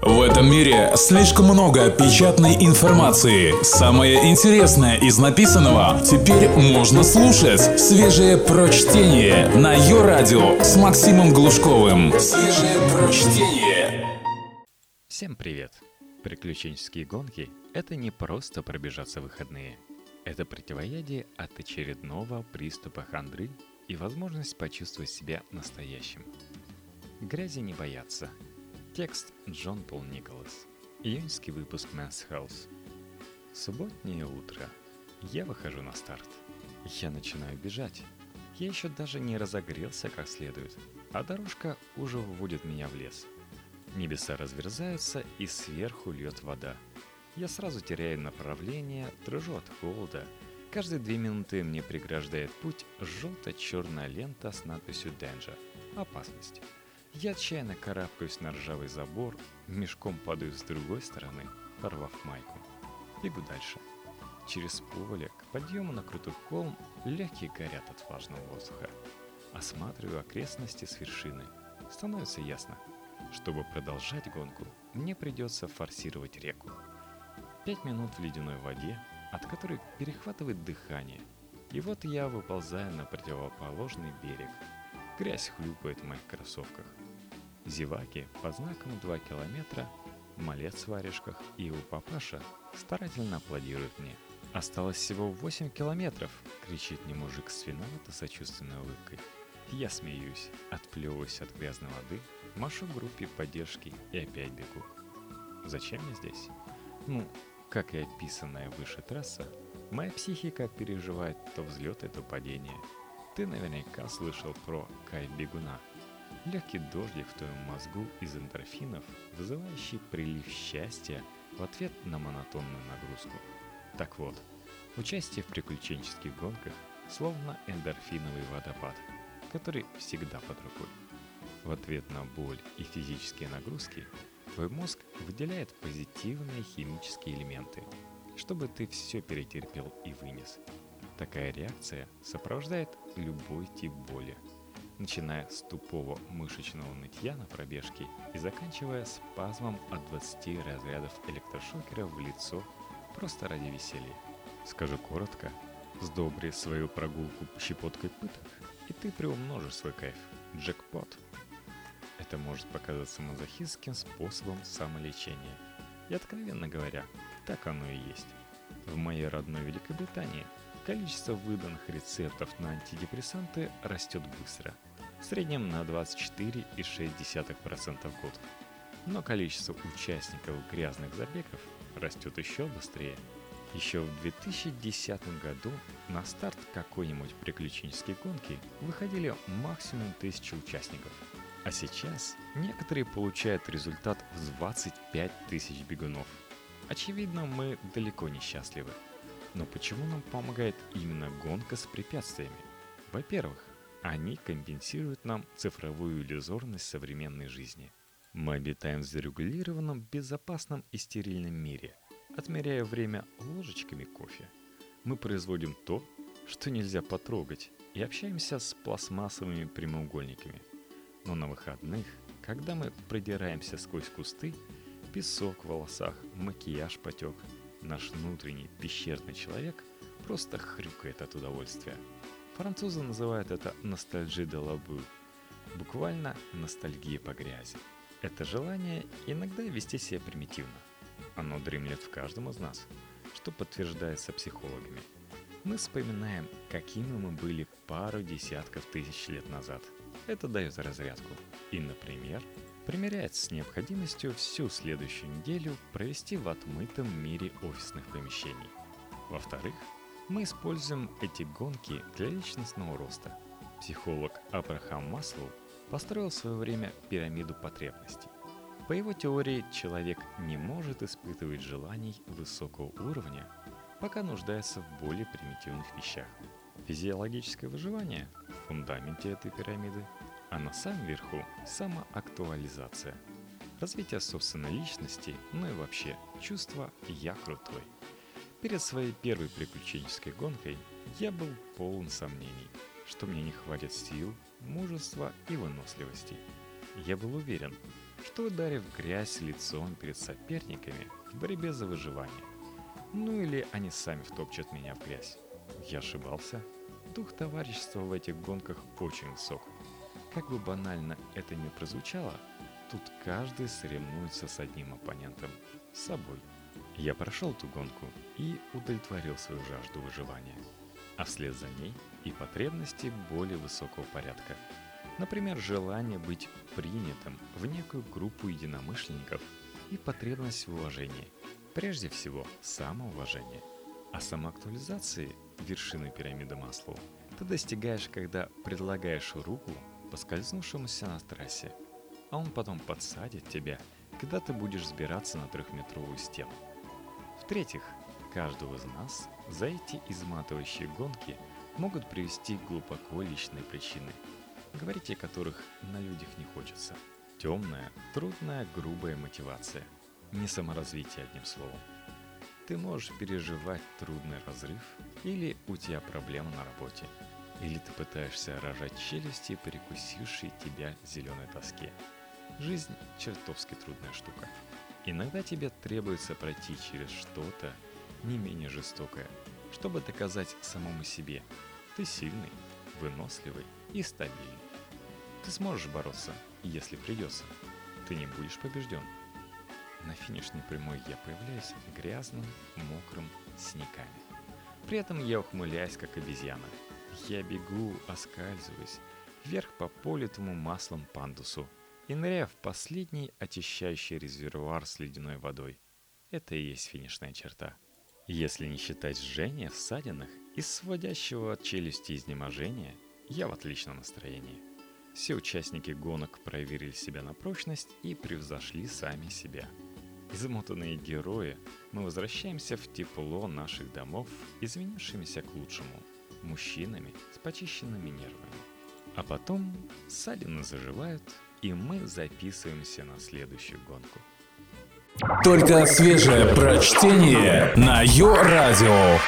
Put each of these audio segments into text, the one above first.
В этом мире слишком много печатной информации. Самое интересное из написанного теперь можно слушать. Свежее прочтение на Йо-Радио с Максимом Глушковым. Свежее прочтение. Всем привет! Приключенческие гонки – это не просто пробежаться в выходные. Это противоядие от очередного приступа хандры и возможность почувствовать себя настоящим. Грязи не бояться. Текст Джон Пол Николас. Июньский выпуск Men's Health. Субботнее утро. Я выхожу на старт. Я начинаю бежать. Я еще даже не разогрелся как следует, а дорожка уже выводит меня в лес. Небеса разверзаются, и сверху льет вода. Я сразу теряю направление, дрожу от холода. Каждые 2 минуты мне преграждает путь желто-черная лента с надписью «Danger» – «Опасность». Я отчаянно карабкаюсь на ржавый забор, мешком падаю с другой стороны, порвав майку. Бегу дальше. Через поле к подъему на крутой холм легкие горят от влажного воздуха. Осматриваю окрестности с вершины. Становится ясно. Чтобы продолжать гонку, мне придется форсировать реку. 5 минут в ледяной воде, от которой перехватывает дыхание. И вот я выползаю на противоположный берег. Грязь хлюпает в моих кроссовках. Зеваки по знакам 2 километра, малец в варежках и его папаша старательно аплодируют мне. «Осталось всего 8 километров!» — кричит мне мужик с виновато-сочувственной улыбкой. Я смеюсь, отплевываюсь от грязной воды, машу группе поддержки и опять бегу. Зачем я здесь? Как и описанная выше трасса, моя психика переживает то взлеты, то падения. Ты наверняка слышал про кайф бегуна. Легкий дождик в твоем мозгу из эндорфинов, вызывающий прилив счастья в ответ на монотонную нагрузку. Так вот, участие в приключенческих гонках словно эндорфиновый водопад, который всегда под рукой. В ответ на боль и физические нагрузки твой мозг выделяет позитивные химические элементы, чтобы ты все перетерпел и вынес. Такая реакция сопровождает любой тип боли, начиная с тупого мышечного нытья на пробежке и заканчивая спазмом от 20 разрядов электрошокера в лицо просто ради веселья. Скажу коротко, сдобри свою прогулку щепоткой пыток, и ты приумножишь свой кайф. Джекпот. Это может показаться мазохистским способом самолечения. И, откровенно говоря, так оно и есть. В моей родной Великобритании количество выданных рецептов на антидепрессанты растет быстро, в среднем на 24,6% в год. Но количество участников грязных забегов растет еще быстрее. Еще в 2010 году на старт какой-нибудь приключенческой гонки выходили максимум 1000 участников. А сейчас некоторые получают результат в 25 тысяч бегунов. Очевидно, мы далеко не счастливы. Но почему нам помогает именно гонка с препятствиями? Во-первых, они компенсируют нам цифровую иллюзорность современной жизни. Мы обитаем в зарегулированном, безопасном и стерильном мире, отмеряя время ложечками кофе. Мы производим то, что нельзя потрогать, и общаемся с пластмассовыми прямоугольниками. Но на выходных, когда мы продираемся сквозь кусты, песок в волосах, макияж потек, наш внутренний пещерный человек просто хрюкает от удовольствия. Французы называют это «ностальжи де ла бу», буквально «ностальгия по грязи». Это желание иногда вести себя примитивно. Оно дремлет в каждом из нас, что подтверждается психологами. Мы вспоминаем, какими мы были пару десятков тысяч лет назад. Это дает разрядку. И, например, примиряется с необходимостью всю следующую неделю провести в отмытом мире офисных помещений. Во-вторых, мы используем эти гонки для личностного роста. Психолог Абрахам Маслоу построил в свое время пирамиду потребностей. По его теории, человек не может испытывать желаний высокого уровня, пока нуждается в более примитивных вещах. Физиологическое выживание в фундаменте этой пирамиды, а на самом верху самоактуализация. Развитие собственной личности, ну и вообще чувство «я крутой». Перед своей первой приключенческой гонкой я был полон сомнений, что мне не хватит сил, мужества и выносливости. Я был уверен, что ударив грязь лицом перед соперниками в борьбе за выживание. Ну или они сами втопчут меня в грязь. Я ошибался. Дух товарищества в этих гонках очень высок. Как бы банально это ни прозвучало, тут каждый соревнуется с одним оппонентом – с собой. Я прошел ту гонку и удовлетворил свою жажду выживания. А вслед за ней и потребности более высокого порядка. Например, желание быть принятым в некую группу единомышленников и потребность в уважении. Прежде всего, самоуважение. А самоактуализации вершины пирамиды Маслоу ты достигаешь, когда предлагаешь руку поскользнувшемуся на трассе, а он потом подсадит тебя, когда ты будешь взбираться на 3-метровую стену. В-третьих, каждого из нас за эти изматывающие гонки могут привести глубоко личные причины, говорить о которых на людях не хочется. Темная, трудная, грубая мотивация. Не саморазвитие, одним словом. Ты можешь переживать трудный разрыв, или у тебя проблемы на работе, или ты пытаешься рожать челюсти, перекусившие тебя зеленой тоске. Жизнь чертовски трудная штука. Иногда тебе требуется пройти через что-то не менее жестокое, чтобы доказать самому себе: ты сильный, выносливый и стабильный. Ты сможешь бороться, если придется. Ты не будешь побежден. На финишной прямой я появляюсь грязным, мокрым, синяками. При этом я ухмыляюсь, как обезьяна. Я бегу, оскальзываюсь, вверх по политому маслом пандусу и ныряю в последний очищающий резервуар с ледяной водой. Это и есть финишная черта. Если не считать жжения в ссадинах и сводящего от челюсти изнеможения, я в отличном настроении. Все участники гонок проверили себя на прочность и превзошли сами себя. Измотанные герои, мы возвращаемся в тепло наших домов, изменившимися к лучшему, мужчинами с почищенными нервами. А потом ссадины заживают, и мы записываемся на следующую гонку. Только свежее прочтение на Йо-Радио.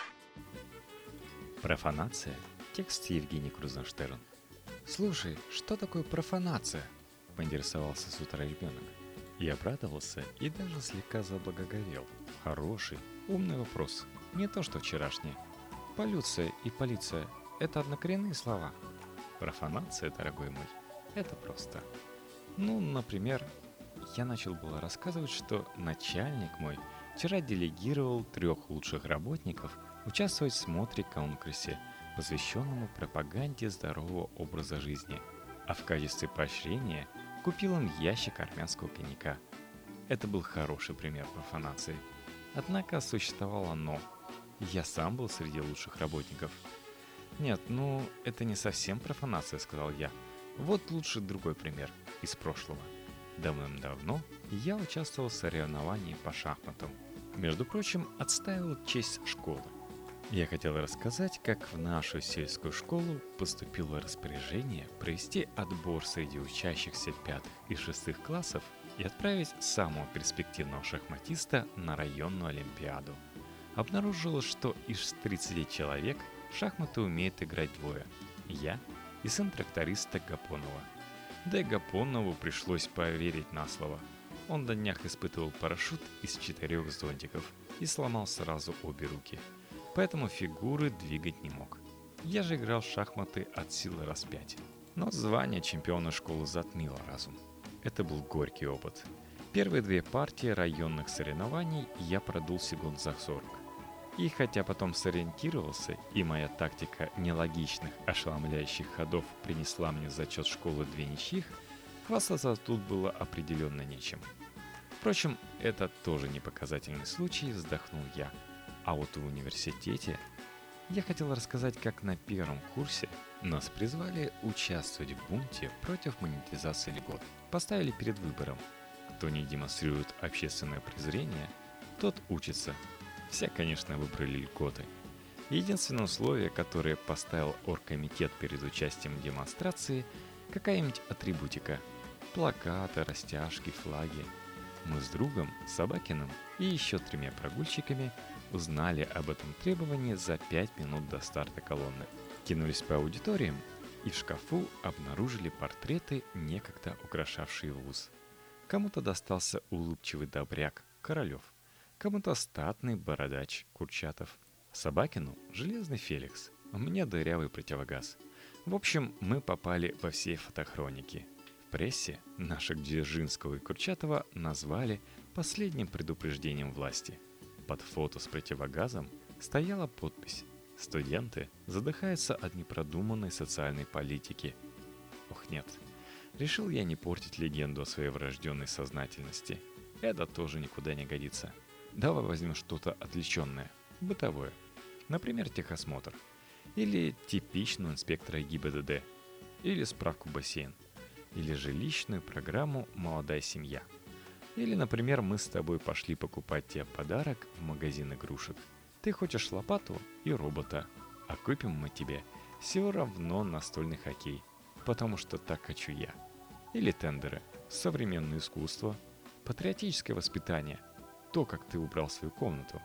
Профанация. Текст Евгений Крузенштерн. «Слушай, что такое профанация?» – поинтересовался с утра ребенок. Я обрадовался и даже слегка заблагоговел. Хороший, умный вопрос. Не то, что вчерашнее. Полюция и полиция – это однокоренные слова. Профанация, дорогой мой, это просто. Ну, например, я начал было рассказывать, что начальник мой вчера делегировал 3 лучших работников участвовать в смотре-конкурсе, посвященному пропаганде здорового образа жизни, а в качестве поощрения купил им ящик армянского коньяка. Это был хороший пример профанации. Однако существовало «но». Я сам был среди лучших работников. «Нет, это не совсем профанация», — сказал я. «Вот лучше другой пример из прошлого. Давным-давно я участвовал в соревновании по шахматам. Между прочим, отстаивал честь школы. Я хотел рассказать, как в нашу сельскую школу поступило распоряжение провести отбор среди учащихся 5 и 6 классов и отправить самого перспективного шахматиста на районную олимпиаду. Обнаружилось, что из 30 человек в шахматы умеет играть 2 – я и сын тракториста Гапонова. Да и Гапонову пришлось поверить на слово. Он на днях испытывал парашют из 4 зонтиков и сломал сразу обе руки. Поэтому фигуры двигать не мог. Я же играл в шахматы от силы раз 5. Но звание чемпиона школы затмило разум. Это был горький опыт. Первые 2 партии районных соревнований я продул секунд за 40. И хотя потом сориентировался, и моя тактика нелогичных, ошеломляющих ходов принесла мне зачет школы 2 ничьих, хвастаться тут было определенно нечем. Впрочем, это тоже не показательный случай, вздохнул я. А вот в университете я хотел рассказать, как на 1 курсе нас призвали участвовать в бунте против монетизации льгот. Поставили перед выбором. Кто не демонстрирует общественное презрение, тот учится. Все, конечно, выбрали льготы. Единственное условие, которое поставил оргкомитет перед участием в демонстрации, какая-нибудь атрибутика. Плакаты, растяжки, флаги. Мы с другом, Собакиным и еще 3 прогульщиками узнали об этом требовании за 5 минут до старта колонны. Кинулись по аудиториям и в шкафу обнаружили портреты, некогда украшавшие вуз. Кому-то достался улыбчивый добряк Королев, кому-то статный бородач Курчатов, Собакину – железный Феликс, а мне дырявый противогаз. В общем, мы попали во все фотохроники. В прессе наших Дзержинского и Курчатова назвали последним предупреждением власти. Под фото с противогазом стояла подпись: «Студенты задыхаются от непродуманной социальной политики». Ох, нет. Решил я не портить легенду о своей врожденной сознательности. Это тоже никуда не годится. Давай возьмем что-то отвлеченное, бытовое. Например, техосмотр. Или типичного инспектора ГИБДД. Или справку бассейн. Или жилищную программу «Молодая семья». Или, например, мы с тобой пошли покупать тебе подарок в магазин игрушек. Ты хочешь лопату и робота, а купим мы тебе все равно настольный хоккей, потому что так хочу я. Или тендеры, современное искусство, патриотическое воспитание, то, как ты убрал свою комнату.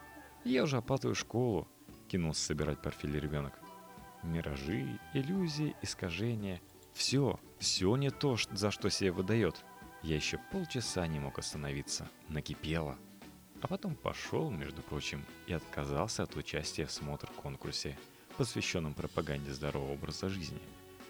Я уже опаздываю в школу, кинулся собирать портфель ребенок. Миражи, иллюзии, искажения. Все не то, за что себя выдает. Я еще полчаса не мог остановиться, накипело. А потом пошел, между прочим, и отказался от участия в смотр-конкурсе, посвященном пропаганде здорового образа жизни.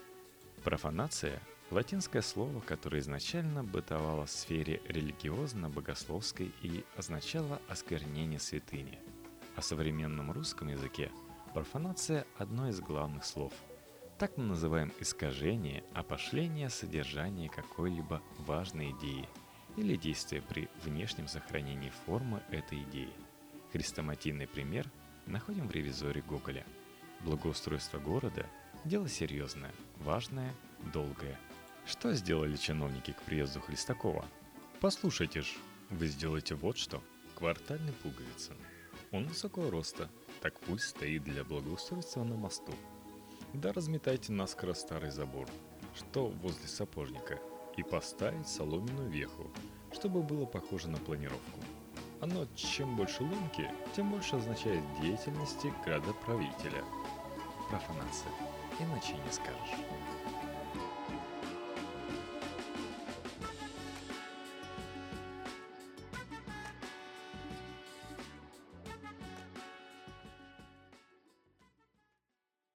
Профанация – латинское слово, которое изначально бытовало в сфере религиозно-богословской и означало осквернение святыни. А в современном русском языке профанация – одно из главных слов. Так мы называем искажение, опошление содержания какой-либо важной идеи или действия при внешнем сохранении формы этой идеи. Хрестоматийный пример находим в «Ревизоре» Гоголя. Благоустройство города – дело серьезное, важное, долгое. Что сделали чиновники к приезду Хлестакова? Послушайте ж, вы сделаете вот что. Квартальный пуговица. Он высокого роста, так пусть стоит для благоустройства на мосту. Да разметайте наскоро старый забор, что возле сапожника, и поставить соломенную веху, чтобы было похоже на планировку. Оно чем больше ломки, тем больше означает деятельности градоправителя. Профанация. Иначе не скажешь.